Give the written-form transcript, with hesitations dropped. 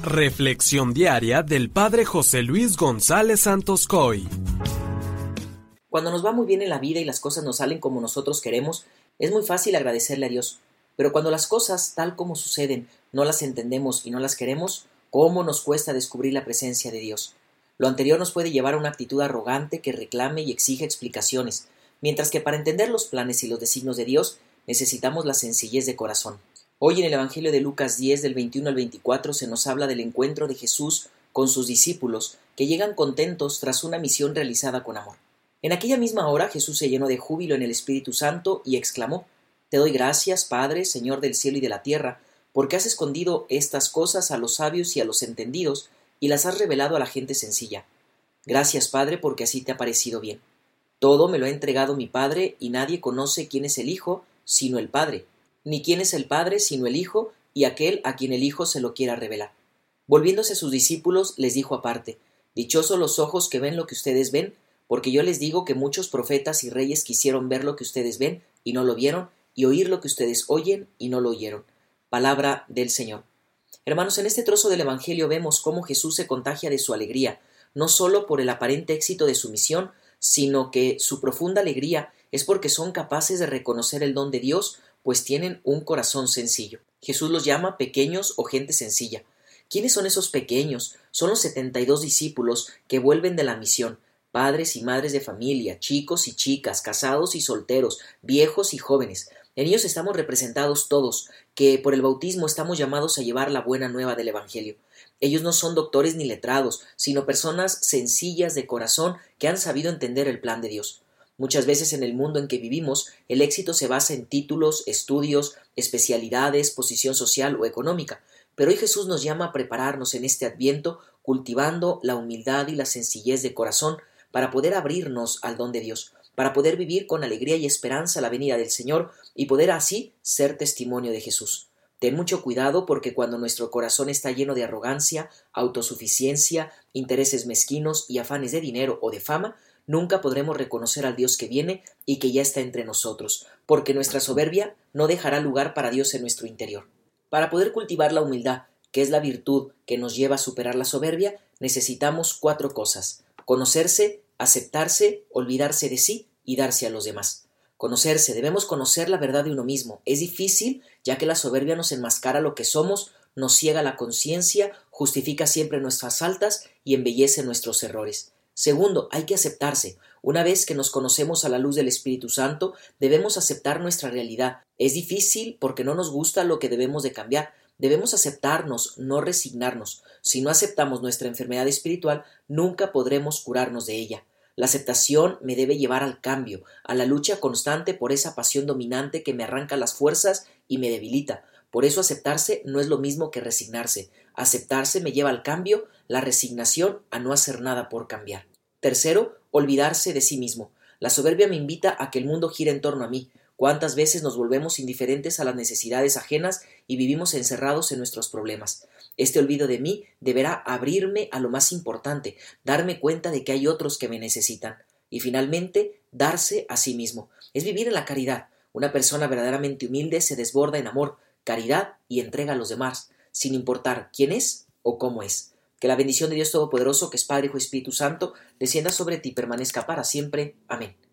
Reflexión diaria del Padre José Luis González Santos Coy. Cuando nos va muy bien en la vida y las cosas nos salen como nosotros queremos, es muy fácil agradecerle a Dios. Pero cuando las cosas, tal como suceden, no las entendemos y no las queremos, ¿cómo nos cuesta descubrir la presencia de Dios? Lo anterior nos puede llevar a una actitud arrogante que reclame y exige explicaciones, mientras que para entender los planes y los designios de Dios necesitamos la sencillez de corazón. Hoy en el Evangelio de Lucas 10, del 21 al 24, se nos habla del encuentro de Jesús con sus discípulos, que llegan contentos tras una misión realizada con amor. En aquella misma hora Jesús se llenó de júbilo en el Espíritu Santo y exclamó: «Te doy gracias, Padre, Señor del cielo y de la tierra, porque has escondido estas cosas a los sabios y a los entendidos, y las has revelado a la gente sencilla. Gracias, Padre, porque así te ha parecido bien. Todo me lo ha entregado mi Padre, y nadie conoce quién es el Hijo, sino el Padre, ni quién es el Padre, sino el Hijo, y aquel a quien el Hijo se lo quiera revelar». Volviéndose a sus discípulos, les dijo aparte: «Dichosos los ojos que ven lo que ustedes ven, porque yo les digo que muchos profetas y reyes quisieron ver lo que ustedes ven, y no lo vieron, y oír lo que ustedes oyen, y no lo oyeron». Palabra del Señor. Hermanos, en este trozo del Evangelio vemos cómo Jesús se contagia de su alegría, no solo por el aparente éxito de su misión, sino que su profunda alegría es porque son capaces de reconocer el don de Dios, pues tienen un corazón sencillo. Jesús los llama pequeños o gente sencilla. ¿Quiénes son esos pequeños? Son los 72 discípulos que vuelven de la misión, padres y madres de familia, chicos y chicas, casados y solteros, viejos y jóvenes. En ellos estamos representados todos, que por el bautismo estamos llamados a llevar la buena nueva del Evangelio. Ellos no son doctores ni letrados, sino personas sencillas de corazón que han sabido entender el plan de Dios. Muchas veces en el mundo en que vivimos, el éxito se basa en títulos, estudios, especialidades, posición social o económica, pero hoy Jesús nos llama a prepararnos en este Adviento cultivando la humildad y la sencillez de corazón para poder abrirnos al don de Dios, para poder vivir con alegría y esperanza la venida del Señor y poder así ser testimonio de Jesús. Ten mucho cuidado, porque cuando nuestro corazón está lleno de arrogancia, autosuficiencia, intereses mezquinos y afanes de dinero o de fama, nunca podremos reconocer al Dios que viene y que ya está entre nosotros, porque nuestra soberbia no dejará lugar para Dios en nuestro interior. Para poder cultivar la humildad, que es la virtud que nos lleva a superar la soberbia, necesitamos 4 cosas: conocerse, aceptarse, olvidarse de sí y darse a los demás. Conocerse, debemos conocer la verdad de uno mismo. Es difícil, ya que la soberbia nos enmascara lo que somos, nos ciega la conciencia, justifica siempre nuestras faltas y embellece nuestros errores. Segundo, hay que aceptarse. Una vez que nos conocemos a la luz del Espíritu Santo, debemos aceptar nuestra realidad. Es difícil porque no nos gusta lo que debemos de cambiar. Debemos aceptarnos, no resignarnos. Si no aceptamos nuestra enfermedad espiritual, nunca podremos curarnos de ella. La aceptación me debe llevar al cambio, a la lucha constante por esa pasión dominante que me arranca las fuerzas y me debilita. Por eso aceptarse no es lo mismo que resignarse. Aceptarse me lleva al cambio, la resignación a no hacer nada por cambiar. Tercero, olvidarse de sí mismo. La soberbia me invita a que el mundo gire en torno a mí. ¿Cuántas veces nos volvemos indiferentes a las necesidades ajenas y vivimos encerrados en nuestros problemas? Este olvido de mí deberá abrirme a lo más importante, darme cuenta de que hay otros que me necesitan. Y finalmente, darse a sí mismo. Es vivir en la caridad. Una persona verdaderamente humilde se desborda en amor, caridad y entrega a los demás, sin importar quién es o cómo es. Que la bendición de Dios Todopoderoso, que es Padre, Hijo y Espíritu Santo, descienda sobre ti y permanezca para siempre. Amén.